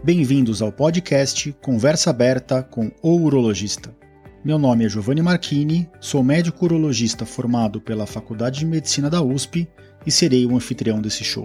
Bem-vindos ao podcast Conversa Aberta com o Urologista. Meu nome é Giovanni Marchini, sou médico urologista formado pela Faculdade de Medicina da USP e serei o anfitrião desse show.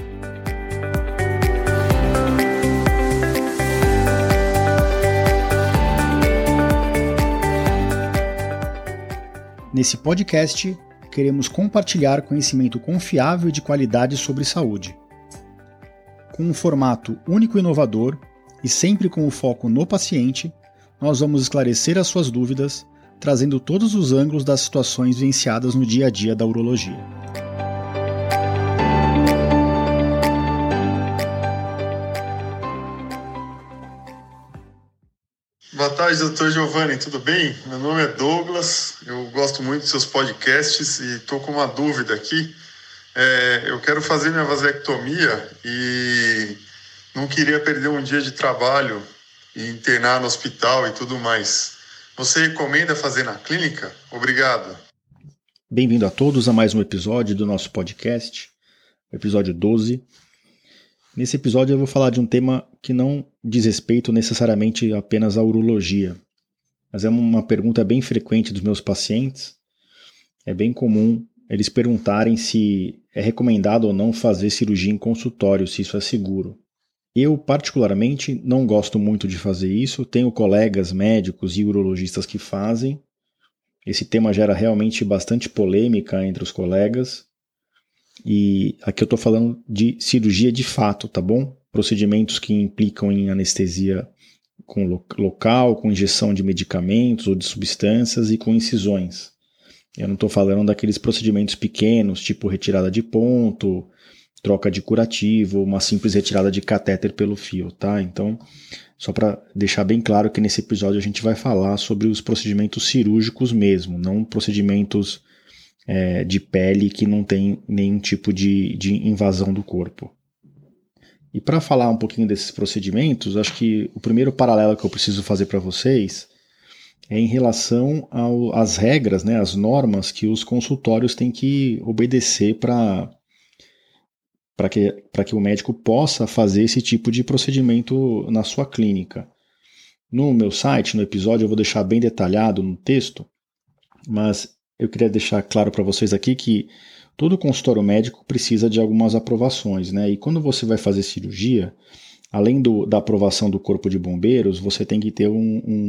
Nesse podcast, queremos compartilhar conhecimento confiável e de qualidade sobre saúde. Com um formato único e inovador, e sempre com o foco no paciente, nós vamos esclarecer as suas dúvidas, trazendo todos os ângulos das situações vivenciadas no dia a dia da urologia. Boa tarde, Dr. Giovanni, tudo bem? Meu nome é Douglas, eu gosto muito dos seus podcasts e estou com uma dúvida aqui. Eu quero fazer minha vasectomia e não queria perder um dia de trabalho e internar no hospital e tudo mais. Você recomenda fazer na clínica? Obrigado. Bem-vindo a todos a mais um episódio do nosso podcast, episódio 12. Nesse episódio eu vou falar de um tema que não diz respeito necessariamente apenas à urologia, mas é uma pergunta bem frequente dos meus pacientes. É bem comum eles perguntarem se é recomendado ou não fazer cirurgia em consultório, se isso é seguro. Eu, particularmente, não gosto muito de fazer isso, tenho colegas médicos e urologistas que fazem. Esse tema gera realmente bastante polêmica entre os colegas. E aqui eu estou falando de cirurgia de fato, tá bom? Procedimentos que implicam em anestesia com local, com injeção de medicamentos ou de substâncias e com incisões. Eu não estou falando daqueles procedimentos pequenos, tipo retirada de ponto, troca de curativo, uma simples retirada de catéter pelo fio, tá? Então, só para deixar bem claro que nesse episódio a gente vai falar sobre os procedimentos cirúrgicos mesmo, não procedimentos de pele que não tem nenhum tipo de invasão do corpo. E para falar um pouquinho desses procedimentos, acho que o primeiro paralelo que eu preciso fazer para vocês é em relação às regras, né, as normas que os consultórios têm que obedecer para que o médico possa fazer esse tipo de procedimento na sua clínica. No meu site, no episódio, eu vou deixar bem detalhado no texto, mas eu queria deixar claro para vocês aqui que todo consultório médico precisa de algumas aprovações, né? E quando você vai fazer cirurgia, além da aprovação do Corpo de Bombeiros, você tem que ter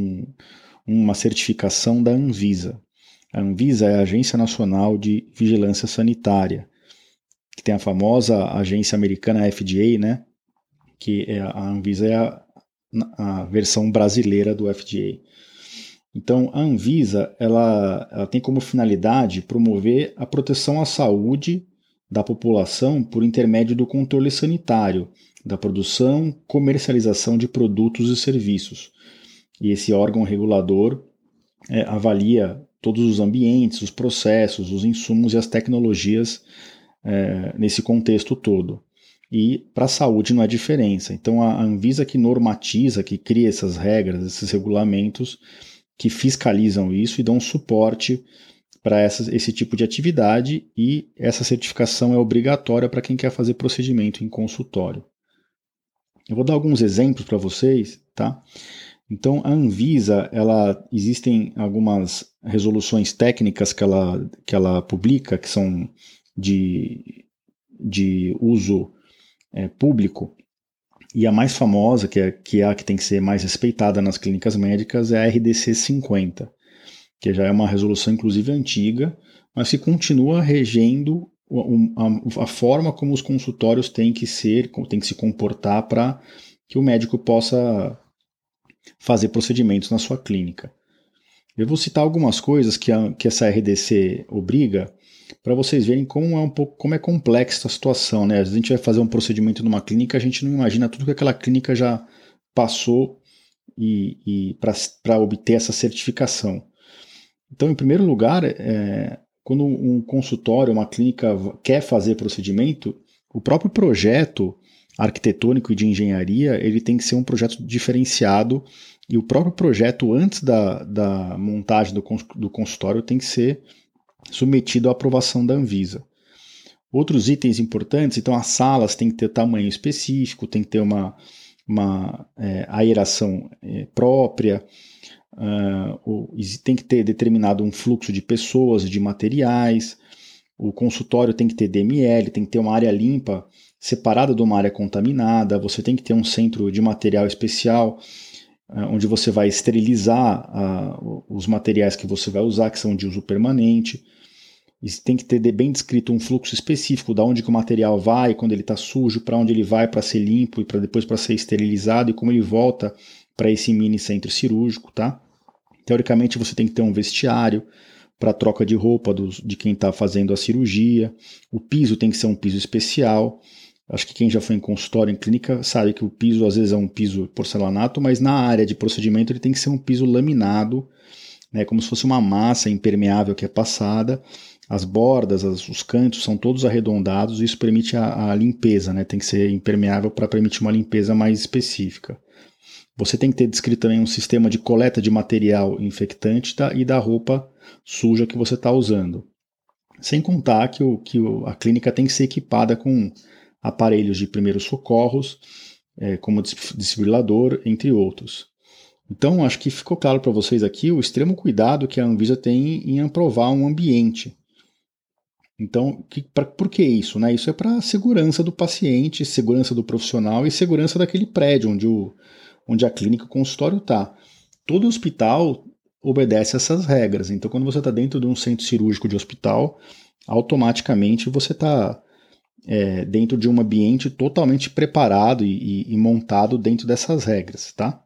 uma certificação da Anvisa. A Anvisa é a Agência Nacional de Vigilância Sanitária, que tem a famosa agência americana FDA, né? Que a Anvisa é a versão brasileira do FDA. Então, a Anvisa ela tem como finalidade promover a proteção à saúde da população por intermédio do controle sanitário, da produção, comercialização de produtos e serviços. E esse órgão regulador avalia todos os ambientes, os processos, os insumos e as tecnologias nesse contexto todo. E para a saúde não há diferença. Então, a Anvisa que normatiza, que cria essas regras, esses regulamentos, que fiscalizam isso e dão suporte para esse tipo de atividade, e essa certificação é obrigatória para quem quer fazer procedimento em consultório. Eu vou dar alguns exemplos para vocês, tá? Então, a Anvisa, existem algumas resoluções técnicas que ela publica, que são de uso público, e a mais famosa, que é a que tem que ser mais respeitada nas clínicas médicas, é a RDC 50, que já é uma resolução inclusive antiga, mas que continua regendo a forma como os consultórios têm que se comportar para que o médico possa fazer procedimentos na sua clínica. Eu vou citar algumas coisas que essa RDC obriga, para vocês verem como é complexa a situação, né? Às vezes a gente vai fazer um procedimento numa clínica, a gente não imagina tudo que aquela clínica já passou e para obter essa certificação. Então, em primeiro lugar, quando um consultório, uma clínica quer fazer procedimento, o próprio projeto arquitetônico e de engenharia, ele tem que ser um projeto diferenciado, e o próprio projeto, antes da montagem do consultório, tem que ser submetido à aprovação da Anvisa. Outros itens importantes, então as salas têm que ter tamanho específico, tem que ter uma uma aeração própria, tem que ter determinado um fluxo de pessoas, de materiais, o consultório tem que ter DML, tem que ter uma área limpa separada de uma área contaminada, você tem que ter um centro de material especial, onde você vai esterilizar os materiais que você vai usar, que são de uso permanente. E tem que ter bem descrito um fluxo específico, da onde que o material vai, quando ele está sujo, para onde ele vai para ser limpo e depois para ser esterilizado, e como ele volta para esse mini centro cirúrgico, tá? Teoricamente você tem que ter um vestiário para troca de roupa de quem está fazendo a cirurgia, o piso tem que ser um piso especial. Acho que quem já foi em consultório, em clínica, sabe que o piso às vezes é um piso porcelanato, mas na área de procedimento ele tem que ser um piso laminado, né, como se fosse uma massa impermeável que é passada. As bordas, os cantos são todos arredondados, isso permite a limpeza, né, tem que ser impermeável para permitir uma limpeza mais específica. Você tem que ter descrito também um sistema de coleta de material infectante e da roupa suja que você está usando. Sem contar que a clínica tem que ser equipada com aparelhos de primeiros socorros, como desfibrilador, entre outros. Então, acho que ficou claro para vocês aqui o extremo cuidado que a Anvisa tem em aprovar um ambiente. Então, por que isso? Né? Isso é para a segurança do paciente, segurança do profissional e segurança daquele prédio onde a clínica, o consultório está. Todo hospital obedece a essas regras. Então, quando você está dentro de um centro cirúrgico de hospital, automaticamente você está dentro de um ambiente totalmente preparado e montado dentro dessas regras, tá?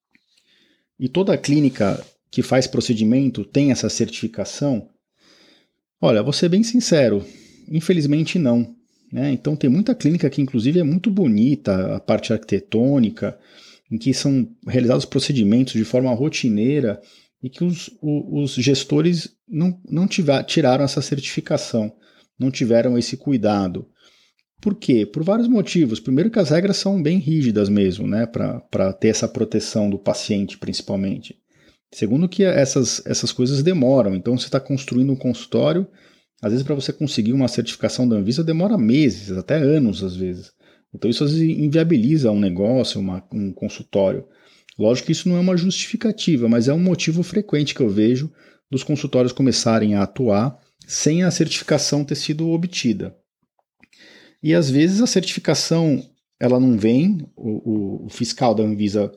E toda clínica que faz procedimento tem essa certificação? Olha, vou ser bem sincero, infelizmente não. Né? Então tem muita clínica que inclusive é muito bonita, a parte arquitetônica, em que são realizados procedimentos de forma rotineira e que os gestores não tiraram essa certificação, não tiveram esse cuidado. Por quê? Por vários motivos. Primeiro que as regras são bem rígidas mesmo, né, para ter essa proteção do paciente, principalmente. Segundo que essas coisas demoram. Então você está construindo um consultório, às vezes para você conseguir uma certificação da Anvisa demora meses, até anos às vezes. Então isso às vezes inviabiliza um negócio, um consultório. Lógico que isso não é uma justificativa, mas é um motivo frequente que eu vejo dos consultórios começarem a atuar sem a certificação ter sido obtida. E às vezes a certificação ela não vem, o fiscal da Anvisa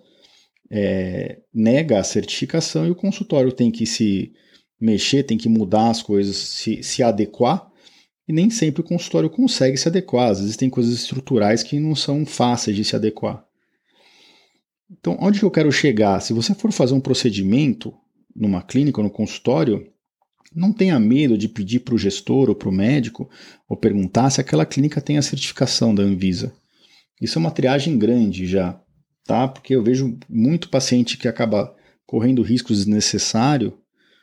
nega a certificação e o consultório tem que se mexer, tem que mudar as coisas, se adequar, e nem sempre o consultório consegue se adequar. Às vezes tem coisas estruturais que não são fáceis de se adequar. Então, onde que eu quero chegar? Se você for fazer um procedimento numa clínica ou no consultório, não tenha medo de pedir para o gestor ou para o médico ou perguntar se aquela clínica tem a certificação da Anvisa. Isso é uma triagem grande já, tá? Porque eu vejo muito paciente que acaba correndo riscos desnecessários,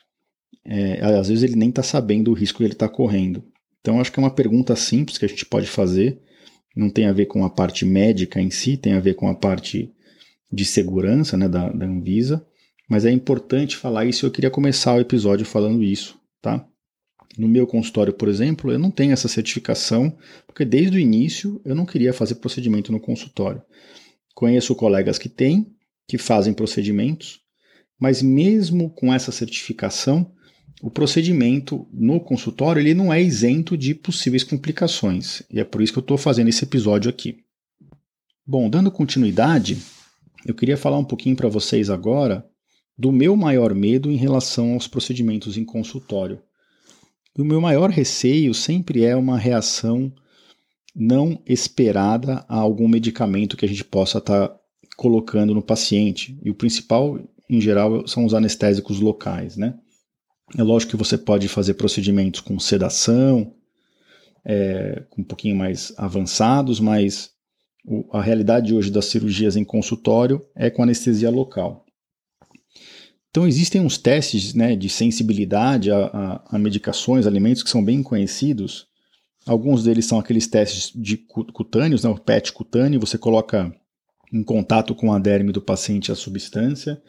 às vezes ele nem está sabendo o risco que ele está correndo. Então acho que é uma pergunta simples que a gente pode fazer, não tem a ver com a parte médica em si, tem a ver com a parte de segurança, né, da Anvisa, mas é importante falar isso e eu queria começar o episódio falando isso, tá? No meu consultório, por exemplo, eu não tenho essa certificação, porque desde o início eu não queria fazer procedimento no consultório. Conheço colegas que têm, que fazem procedimentos, mas mesmo com essa certificação, o procedimento no consultório ele não é isento de possíveis complicações, e é por isso que eu estou fazendo esse episódio aqui. Bom, dando continuidade, eu queria falar um pouquinho para vocês agora do meu maior medo em relação aos procedimentos em consultório. E o meu maior receio sempre é uma reação não esperada a algum medicamento que a gente possa estar colocando no paciente. E o principal, em geral, são os anestésicos locais, né? É lógico que você pode fazer procedimentos com sedação, um pouquinho mais avançados, mas a realidade hoje das cirurgias em consultório é com anestesia local. Então existem uns testes, né, de sensibilidade a medicações, alimentos que são bem conhecidos. Alguns deles são aqueles testes de cutâneos, né, o PET cutâneo, você coloca em contato com a derme do paciente a substância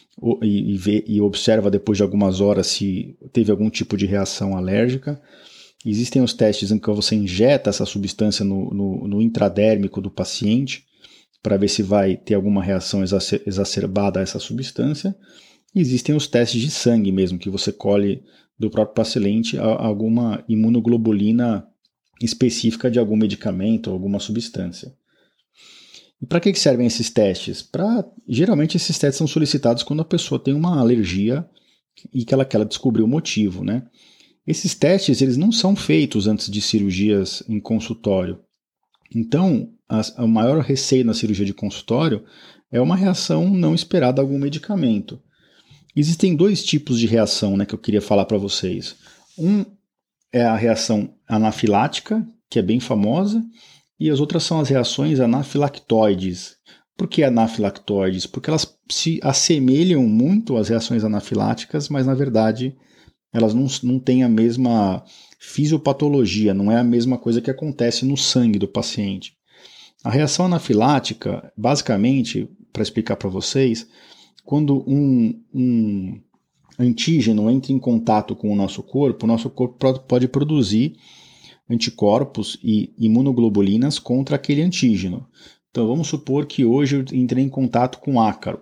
e observa depois de algumas horas se teve algum tipo de reação alérgica. Existem os testes em que você injeta essa substância no intradérmico do paciente para ver se vai ter alguma reação exacerbada a essa substância. E existem os testes de sangue mesmo, que você colhe do próprio paciente alguma imunoglobulina específica de algum medicamento ou alguma substância. E para que servem esses testes? Geralmente esses testes são solicitados quando a pessoa tem uma alergia e que ela quer descobrir o motivo, né? Esses testes eles não são feitos antes de cirurgias em consultório. Então, o maior receio na cirurgia de consultório é uma reação não esperada a algum medicamento. Existem dois tipos de reação, né, que eu queria falar para vocês. Um é a reação anafilática, que é bem famosa, e as outras são as reações anafilactoides. Por que anafilactoides? Porque elas se assemelham muito às reações anafiláticas, mas na verdade elas não têm a mesma fisiopatologia, não é a mesma coisa que acontece no sangue do paciente. A reação anafilática, basicamente, para explicar para vocês, quando um antígeno entra em contato com o nosso corpo pode produzir anticorpos e imunoglobulinas contra aquele antígeno. Então vamos supor que hoje eu entrei em contato com ácaro.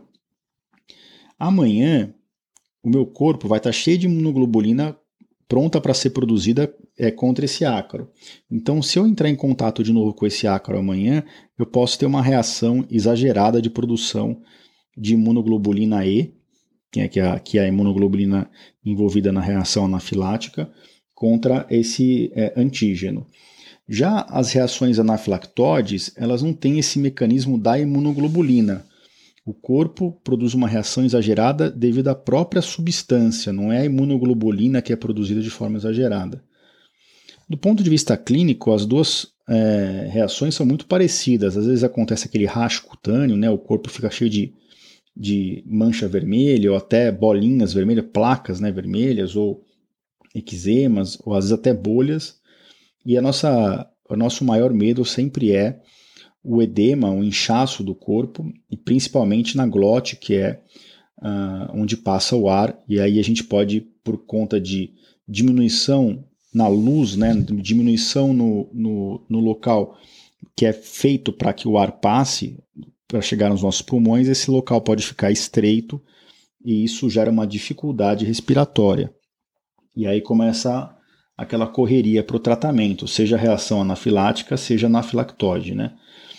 Amanhã o meu corpo vai estar cheio de imunoglobulina pronta para ser produzida contra esse ácaro. Então, se eu entrar em contato de novo com esse ácaro amanhã, eu posso ter uma reação exagerada de produção de imunoglobulina E, que é a imunoglobulina envolvida na reação anafilática, contra esse antígeno. Já as reações anafilactoides, elas não têm esse mecanismo da imunoglobulina. O corpo produz uma reação exagerada devido à própria substância, não é a imunoglobulina que é produzida de forma exagerada. Do ponto de vista clínico, as duas reações são muito parecidas. Às vezes acontece aquele racho cutâneo, né? O corpo fica cheio de mancha vermelha, ou até bolinhas vermelhas, placas, né, vermelhas, ou eczemas, ou às vezes até bolhas. E o nosso maior medo sempre é o edema, o inchaço do corpo, e principalmente na glote, que é onde passa o ar, e aí a gente pode, por conta de diminuição na luz, né, diminuição no local que é feito para que o ar passe, para chegar nos nossos pulmões, esse local pode ficar estreito, e isso gera uma dificuldade respiratória. E aí começa aquela correria para o tratamento, seja reação anafilática, seja anafilactoide, né?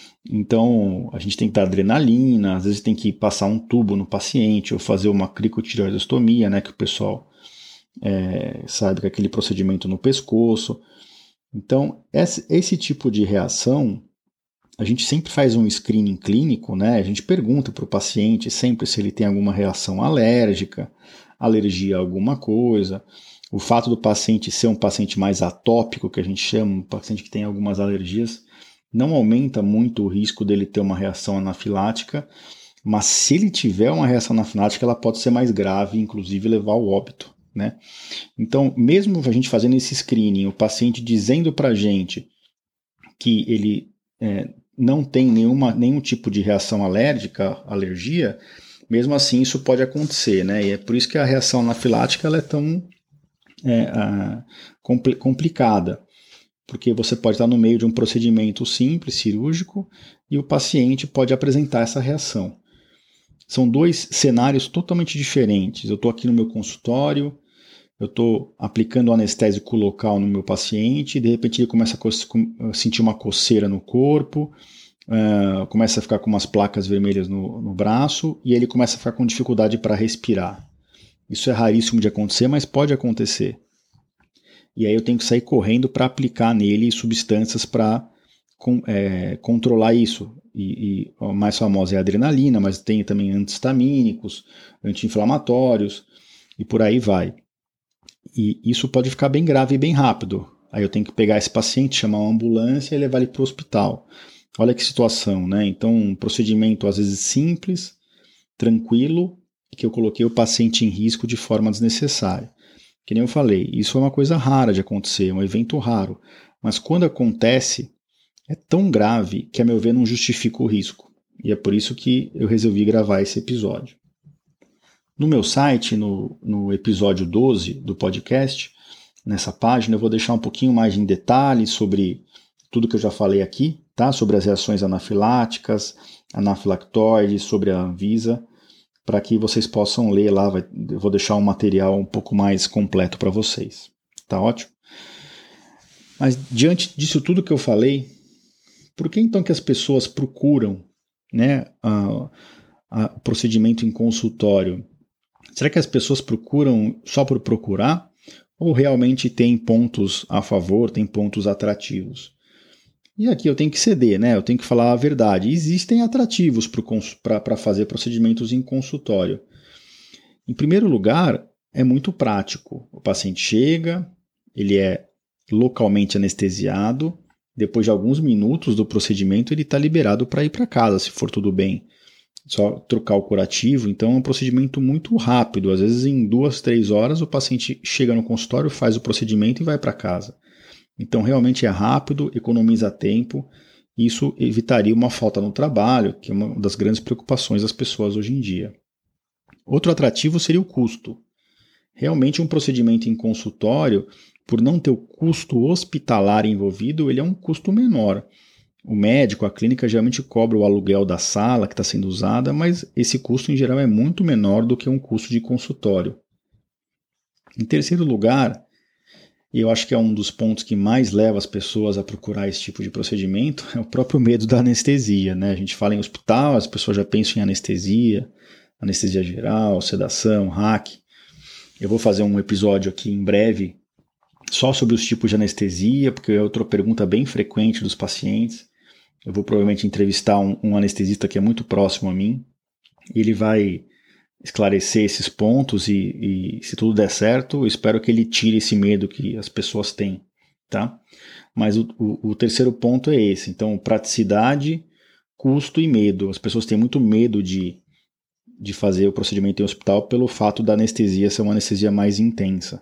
Então, a gente tem que dar adrenalina, às vezes tem que passar um tubo no paciente, ou fazer uma cricotireoidostomia, né, que o pessoal sabe que é aquele procedimento no pescoço. Então, esse tipo de reação, a gente sempre faz um screening clínico, né? A gente pergunta para o paciente sempre se ele tem alguma reação alérgica, alergia a alguma coisa. O fato do paciente ser um paciente mais atópico, que a gente chama, um paciente que tem algumas alergias, não aumenta muito o risco dele ter uma reação anafilática, mas se ele tiver uma reação anafilática, ela pode ser mais grave, inclusive levar ao óbito, né? Então, mesmo a gente fazendo esse screening, o paciente dizendo para a gente que ele não tem nenhum tipo de reação alérgica, alergia, mesmo assim isso pode acontecer, né? E é por isso que a reação anafilática ela é tão complicada, porque você pode estar no meio de um procedimento simples, cirúrgico, e o paciente pode apresentar essa reação. São dois cenários totalmente diferentes. Eu estou aqui no meu consultório, eu estou aplicando o anestésico local no meu paciente, e de repente ele começa a sentir uma coceira no corpo, começa a ficar com umas placas vermelhas no braço, e ele começa a ficar com dificuldade para respirar. Isso é raríssimo de acontecer, mas pode acontecer. E aí eu tenho que sair correndo para aplicar nele substâncias para controlar isso. E a mais famosa é a adrenalina, mas tem também antihistamínicos, anti-inflamatórios, e por aí vai. E isso pode ficar bem grave e bem rápido. Aí eu tenho que pegar esse paciente, chamar uma ambulância e levar ele para o hospital. Olha que situação, né? Então, um procedimento às vezes simples, tranquilo, que eu coloquei o paciente em risco de forma desnecessária. Que nem eu falei, isso é uma coisa rara de acontecer, um evento raro. Mas quando acontece, é tão grave que, a meu ver, não justifica o risco. E é por isso que eu resolvi gravar esse episódio. No meu site, no episódio 12 do podcast, nessa página, eu vou deixar um pouquinho mais em detalhes sobre tudo que eu já falei aqui, tá? Sobre as reações anafiláticas, anafilactoide, sobre a Anvisa, para que vocês possam ler lá. Eu vou deixar um material um pouco mais completo para vocês. Tá ótimo? Mas diante disso tudo que eu falei, por que então que as pessoas procuram, né, o procedimento em consultório? Será que as pessoas procuram só por procurar? Ou realmente tem pontos a favor, tem pontos atrativos? E aqui eu tenho que ceder, né? Eu tenho que falar a verdade. Existem atrativos para fazer procedimentos em consultório. Em primeiro lugar, é muito prático. O paciente chega, ele é localmente anestesiado, depois de alguns minutos do procedimento ele está liberado para ir para casa, se for tudo bem. Só trocar o curativo, então é um procedimento muito rápido. Às vezes em 2, 3 horas o paciente chega no consultório, faz o procedimento e vai para casa. Então realmente é rápido, economiza tempo, e isso evitaria uma falta no trabalho, que é uma das grandes preocupações das pessoas hoje em dia. Outro atrativo seria o custo. Realmente um procedimento em consultório, por não ter o custo hospitalar envolvido, ele é um custo menor. O médico, a clínica geralmente cobra o aluguel da sala que está sendo usada, mas esse custo em geral é muito menor do que um custo de consultório. Em terceiro lugar, e eu acho que é um dos pontos que mais leva as pessoas a procurar esse tipo de procedimento, é o próprio medo da anestesia, né? A gente fala em hospital, as pessoas já pensam em anestesia geral, sedação, hack. Eu vou fazer um episódio aqui em breve só sobre os tipos de anestesia, porque é outra pergunta bem frequente dos pacientes. Eu vou provavelmente entrevistar um anestesista que é muito próximo a mim, e ele vai esclarecer esses pontos e se tudo der certo, eu espero que ele tire esse medo que as pessoas têm, tá? Mas o terceiro ponto é esse, então praticidade, custo e medo. As pessoas têm muito medo de fazer o procedimento em hospital pelo fato da anestesia ser uma anestesia mais intensa.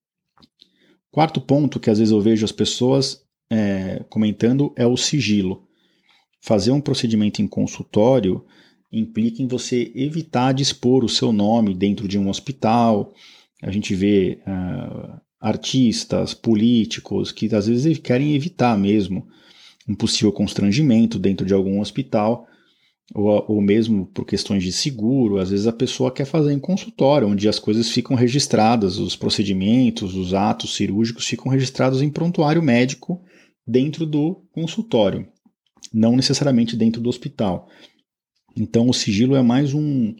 Quarto ponto que às vezes eu vejo as pessoas comentando é o sigilo. Fazer um procedimento em consultório implica em você evitar de expor o seu nome dentro de um hospital. A gente vê artistas, políticos que às vezes querem evitar mesmo um possível constrangimento dentro de algum hospital, ou mesmo por questões de seguro. Às vezes a pessoa quer fazer em consultório, onde as coisas ficam registradas, os procedimentos, os atos cirúrgicos ficam registrados em prontuário médico dentro do consultório, não necessariamente dentro do hospital. Então o sigilo é mais um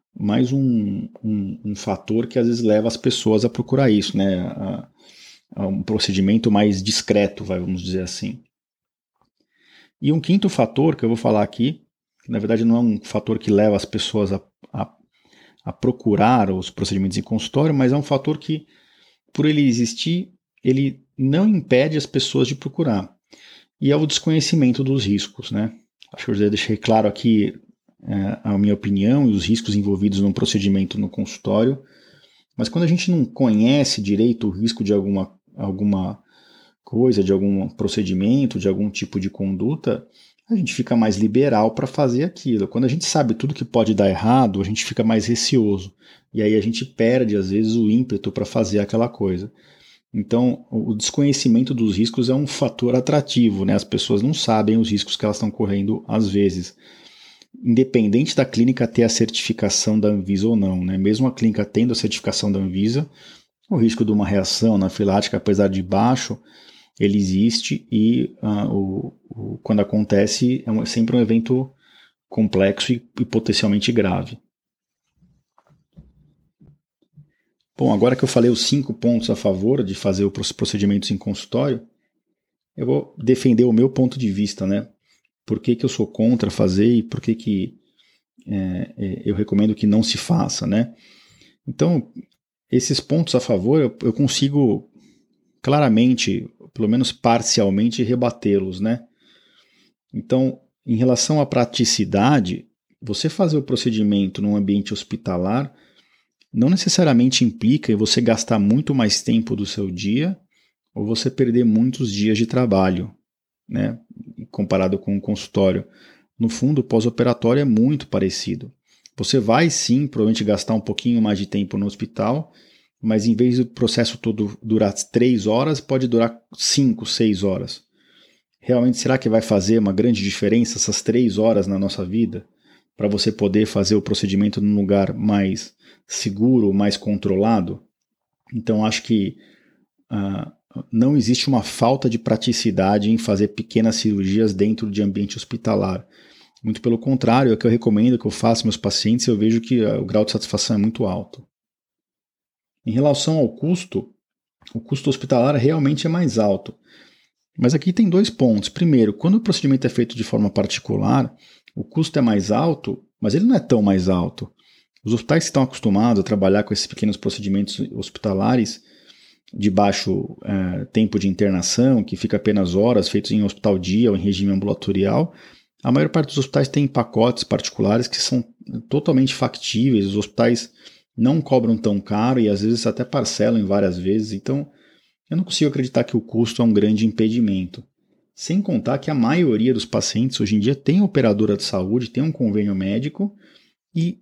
fator que às vezes leva as pessoas a procurar isso, né? A um procedimento mais discreto, vamos dizer assim. E um quinto fator que eu vou falar aqui, que na verdade não é um fator que leva as pessoas a procurar os procedimentos em consultório, mas é um fator que, por ele existir, ele não impede as pessoas de procurar. E é o desconhecimento dos riscos, né? Acho que eu já deixei claro aqui a minha opinião e os riscos envolvidos num procedimento no consultório, mas quando a gente não conhece direito o risco de alguma coisa, de algum procedimento, de algum tipo de conduta, a gente fica mais liberal para fazer aquilo. Quando a gente sabe tudo que pode dar errado, a gente fica mais receoso, e aí a gente perde às vezes o ímpeto para fazer aquela coisa. Então, o desconhecimento dos riscos é um fator atrativo, né? As pessoas não sabem os riscos que elas estão correndo às vezes. Independente da clínica ter a certificação da Anvisa ou não, né? Mesmo a clínica tendo a certificação da Anvisa, o risco de uma reação anafilática, apesar de baixo, ele existe e quando acontece é sempre um evento complexo e potencialmente grave. Bom, agora que eu falei os 5 pontos a favor de fazer os procedimentos em consultório, eu vou defender o meu ponto de vista, né? Por que eu sou contra fazer e por que eu recomendo que não se faça, né? Então, esses pontos a favor eu consigo claramente, pelo menos parcialmente, rebatê-los, né? Então, em relação à praticidade, você fazer o procedimento num ambiente hospitalar não necessariamente implica em você gastar muito mais tempo do seu dia ou você perder muitos dias de trabalho, né? Comparado com o consultório. No fundo, o pós-operatório é muito parecido. Você vai sim, provavelmente gastar um pouquinho mais de tempo no hospital, mas em vez do processo todo durar 3 horas, pode durar 5, 6 horas. Realmente, será que vai fazer uma grande diferença essas 3 horas na nossa vida para você poder fazer o procedimento num lugar mais seguro, mais controlado? Então, acho que não existe uma falta de praticidade em fazer pequenas cirurgias dentro de ambiente hospitalar. Muito pelo contrário, é o que eu recomendo que eu faça meus pacientes, eu vejo que o grau de satisfação é muito alto. Em relação ao custo, o custo hospitalar realmente é mais alto. Mas aqui tem 2 pontos. Primeiro, quando o procedimento é feito de forma particular, o custo é mais alto, mas ele não é tão mais alto. Os hospitais que estão acostumados a trabalhar com esses pequenos procedimentos hospitalares de baixo tempo de internação, que fica apenas horas, feitos em hospital dia ou em regime ambulatorial, a maior parte dos hospitais tem pacotes particulares que são totalmente factíveis, os hospitais não cobram tão caro e às vezes até parcelam em várias vezes, então eu não consigo acreditar que o custo é um grande impedimento. Sem contar que a maioria dos pacientes hoje em dia tem operadora de saúde, tem um convênio médico e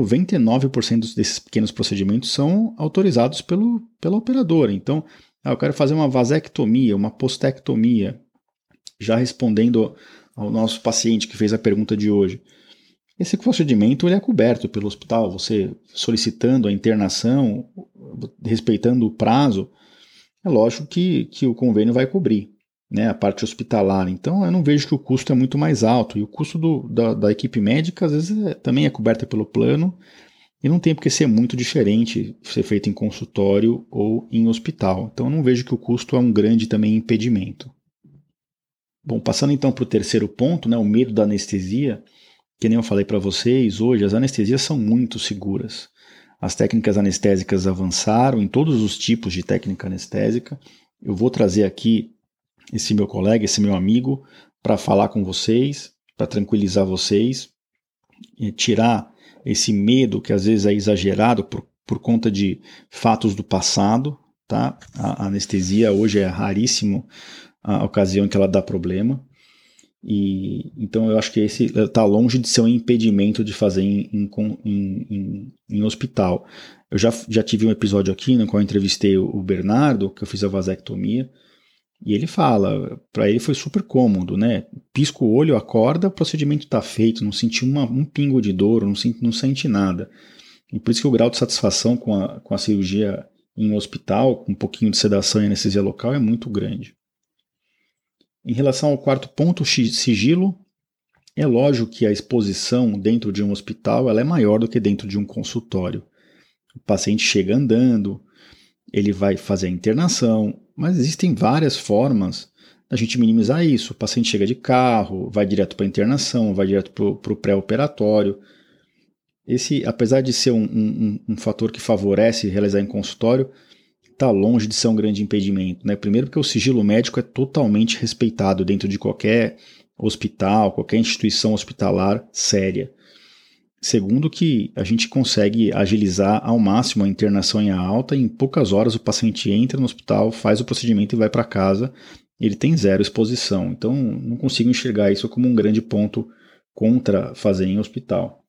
99% desses pequenos procedimentos são autorizados pela operadora. Então, eu quero fazer uma vasectomia, uma postectomia. Já respondendo ao nosso paciente que fez a pergunta de hoje. Esse procedimento ele é coberto pelo hospital, você solicitando a internação, respeitando o prazo, é lógico que o convênio vai cobrir, né, a parte hospitalar. Então eu não vejo que o custo é muito mais alto. E o custo da equipe médica às vezes também é coberto pelo plano e não tem por que ser muito diferente ser feito em consultório ou em hospital. Então eu não vejo que o custo é um grande também impedimento. Bom, passando então para o terceiro ponto, né, o medo da anestesia, que nem eu falei para vocês, hoje as anestesias são muito seguras. As técnicas anestésicas avançaram em todos os tipos de técnica anestésica. Eu vou trazer aqui esse meu colega, esse meu amigo, para falar com vocês, para tranquilizar vocês, e tirar esse medo que às vezes é exagerado por conta de fatos do passado. Tá? A anestesia hoje é raríssimo a ocasião em que ela dá problema. E então eu acho que esse está longe de ser um impedimento de fazer em hospital. Eu já tive um episódio aqui no qual eu entrevistei o Bernardo, que eu fiz a vasectomia, e ele fala, para ele foi super cômodo, né? Pisca o olho, acorda, o procedimento está feito, não senti um pingo de dor, não sente nada. E por isso que o grau de satisfação com a cirurgia em hospital, com um pouquinho de sedação e anestesia local, é muito grande. Em relação ao quarto ponto, sigilo, é lógico que a exposição dentro de um hospital ela é maior do que dentro de um consultório. O paciente chega andando, ele vai fazer a internação, mas existem várias formas da gente minimizar isso. O paciente chega de carro, vai direto para a internação, vai direto para o pré-operatório. Esse, apesar de ser um fator que favorece realizar em consultório, está longe de ser um grande impedimento, né? Primeiro porque o sigilo médico é totalmente respeitado dentro de qualquer hospital, qualquer instituição hospitalar séria. Segundo que a gente consegue agilizar ao máximo a internação em alta e em poucas horas o paciente entra no hospital, faz o procedimento e vai para casa. Ele tem zero exposição. Então não consigo enxergar isso como um grande ponto contra fazer em hospital.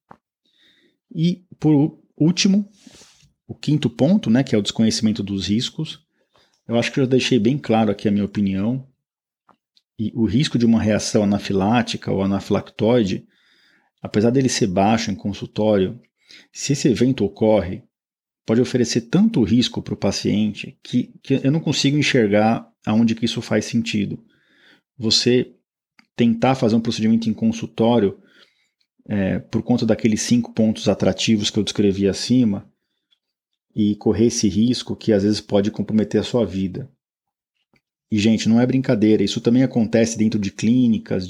E por último, o quinto ponto, né, que é o desconhecimento dos riscos. Eu acho que eu já deixei bem claro aqui a minha opinião. E o risco de uma reação anafilática ou anafilactoide, apesar dele ser baixo em consultório, se esse evento ocorre, pode oferecer tanto risco para o paciente que eu não consigo enxergar aonde que isso faz sentido. Você tentar fazer um procedimento em consultório por conta daqueles 5 pontos atrativos que eu descrevi acima, e correr esse risco que às vezes pode comprometer a sua vida. E, gente, não é brincadeira, isso também acontece dentro de clínicas,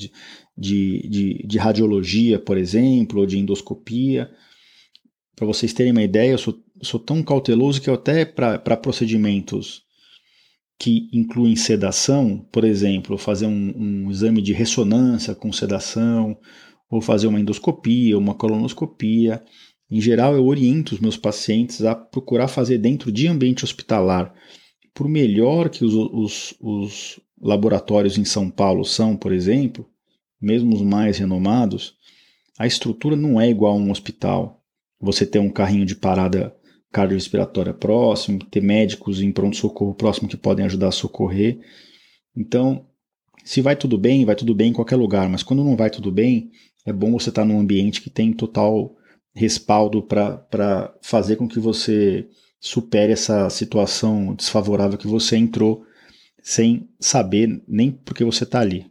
de radiologia, por exemplo, ou de endoscopia. Para vocês terem uma ideia, eu sou tão cauteloso que eu até para procedimentos que incluem sedação, por exemplo, fazer um exame de ressonância com sedação, ou fazer uma endoscopia, uma colonoscopia. Em geral, eu oriento os meus pacientes a procurar fazer dentro de ambiente hospitalar. Por melhor que os laboratórios em São Paulo são, por exemplo, mesmo os mais renomados, a estrutura não é igual a um hospital. Você ter um carrinho de parada cardiorrespiratória próximo, ter médicos em pronto-socorro próximo que podem ajudar a socorrer. Então, Se vai tudo bem em qualquer lugar, mas quando não vai tudo bem, é bom você estar num ambiente que tem total respaldo para fazer com que você supere essa situação desfavorável que você entrou sem saber nem porque você está ali.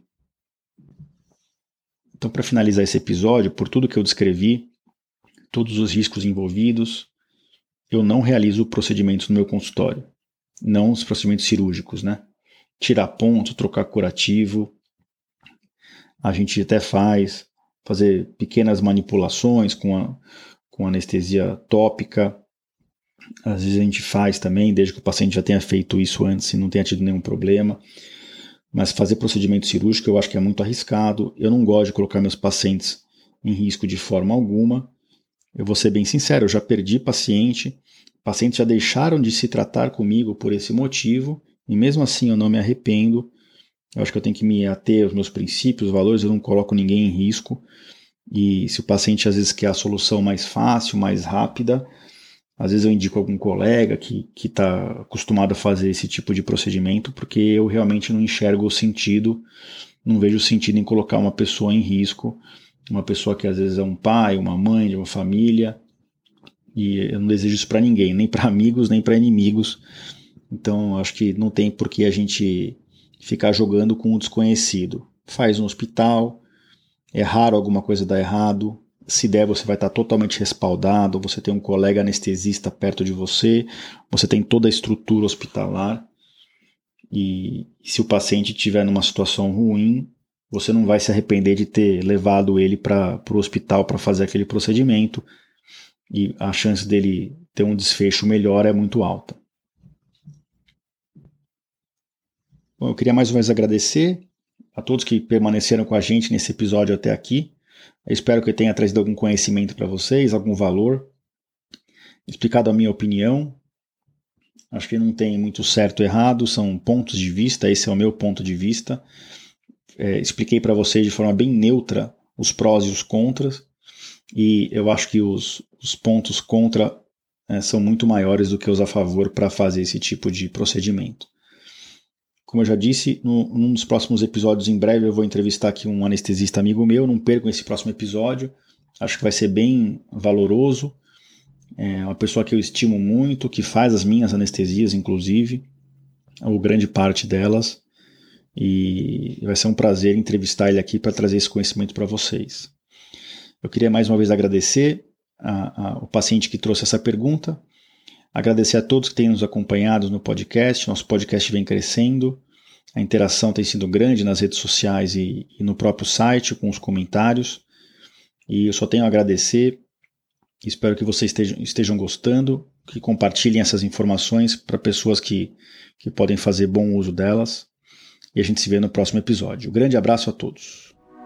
Então, para finalizar esse episódio, por tudo que eu descrevi, todos os riscos envolvidos, eu não realizo procedimentos no meu consultório. Não os procedimentos cirúrgicos, né? Tirar ponto, trocar curativo. A gente até fazer pequenas manipulações com anestesia tópica. Às vezes a gente faz também, desde que o paciente já tenha feito isso antes e não tenha tido nenhum problema. Mas fazer procedimento cirúrgico eu acho que é muito arriscado. Eu não gosto de colocar meus pacientes em risco de forma alguma. Eu vou ser bem sincero, eu já perdi pacientes já deixaram de se tratar comigo por esse motivo, e mesmo assim eu não me arrependo. Eu acho que eu tenho que me ater aos meus princípios, valores, eu não coloco ninguém em risco. E se o paciente às vezes quer a solução mais fácil, mais rápida, às vezes eu indico algum colega que está acostumado a fazer esse tipo de procedimento, porque eu realmente não enxergo o sentido, não vejo sentido em colocar uma pessoa em risco, uma pessoa que às vezes é um pai, uma mãe de uma família, e eu não desejo isso para ninguém, nem para amigos, nem para inimigos. Então acho que não tem por que a gente ficar jogando com o desconhecido. Faz no hospital, é raro alguma coisa dar errado. Se der, você vai estar totalmente respaldado, você tem um colega anestesista perto de você, você tem toda a estrutura hospitalar, e se o paciente estiver numa situação ruim, você não vai se arrepender de ter levado ele para o hospital para fazer aquele procedimento, e a chance dele ter um desfecho melhor é muito alta. Bom, eu queria mais uma vez agradecer a todos que permaneceram com a gente nesse episódio até aqui. Eu espero que eu tenha trazido algum conhecimento para vocês, algum valor, explicado a minha opinião. Acho que não tem muito certo ou errado, são pontos de vista, esse é o meu ponto de vista. Expliquei para vocês de forma bem neutra os prós e os contras, e eu acho que os pontos contra são muito maiores do que os a favor para fazer esse tipo de procedimento. Como eu já disse, num dos próximos episódios, em breve, eu vou entrevistar aqui um anestesista amigo meu. Não percam esse próximo episódio. Acho que vai ser bem valoroso. É uma pessoa que eu estimo muito, que faz as minhas anestesias, inclusive, ou grande parte delas. E vai ser um prazer entrevistar ele aqui para trazer esse conhecimento para vocês. Eu queria mais uma vez agradecer ao paciente que trouxe essa pergunta. Agradecer a todos que têm nos acompanhado no podcast. Nosso podcast vem crescendo. A interação tem sido grande nas redes sociais e no próprio site, com os comentários. E eu só tenho a agradecer. Espero que vocês estejam gostando, que compartilhem essas informações para pessoas que podem fazer bom uso delas. E a gente se vê no próximo episódio. Um grande abraço a todos.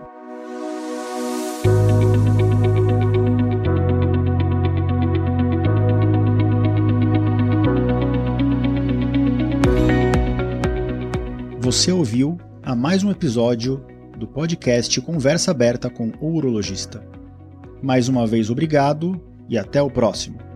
Você ouviu a mais um episódio do podcast Conversa Aberta com o Urologista. Mais uma vez, obrigado e até o próximo.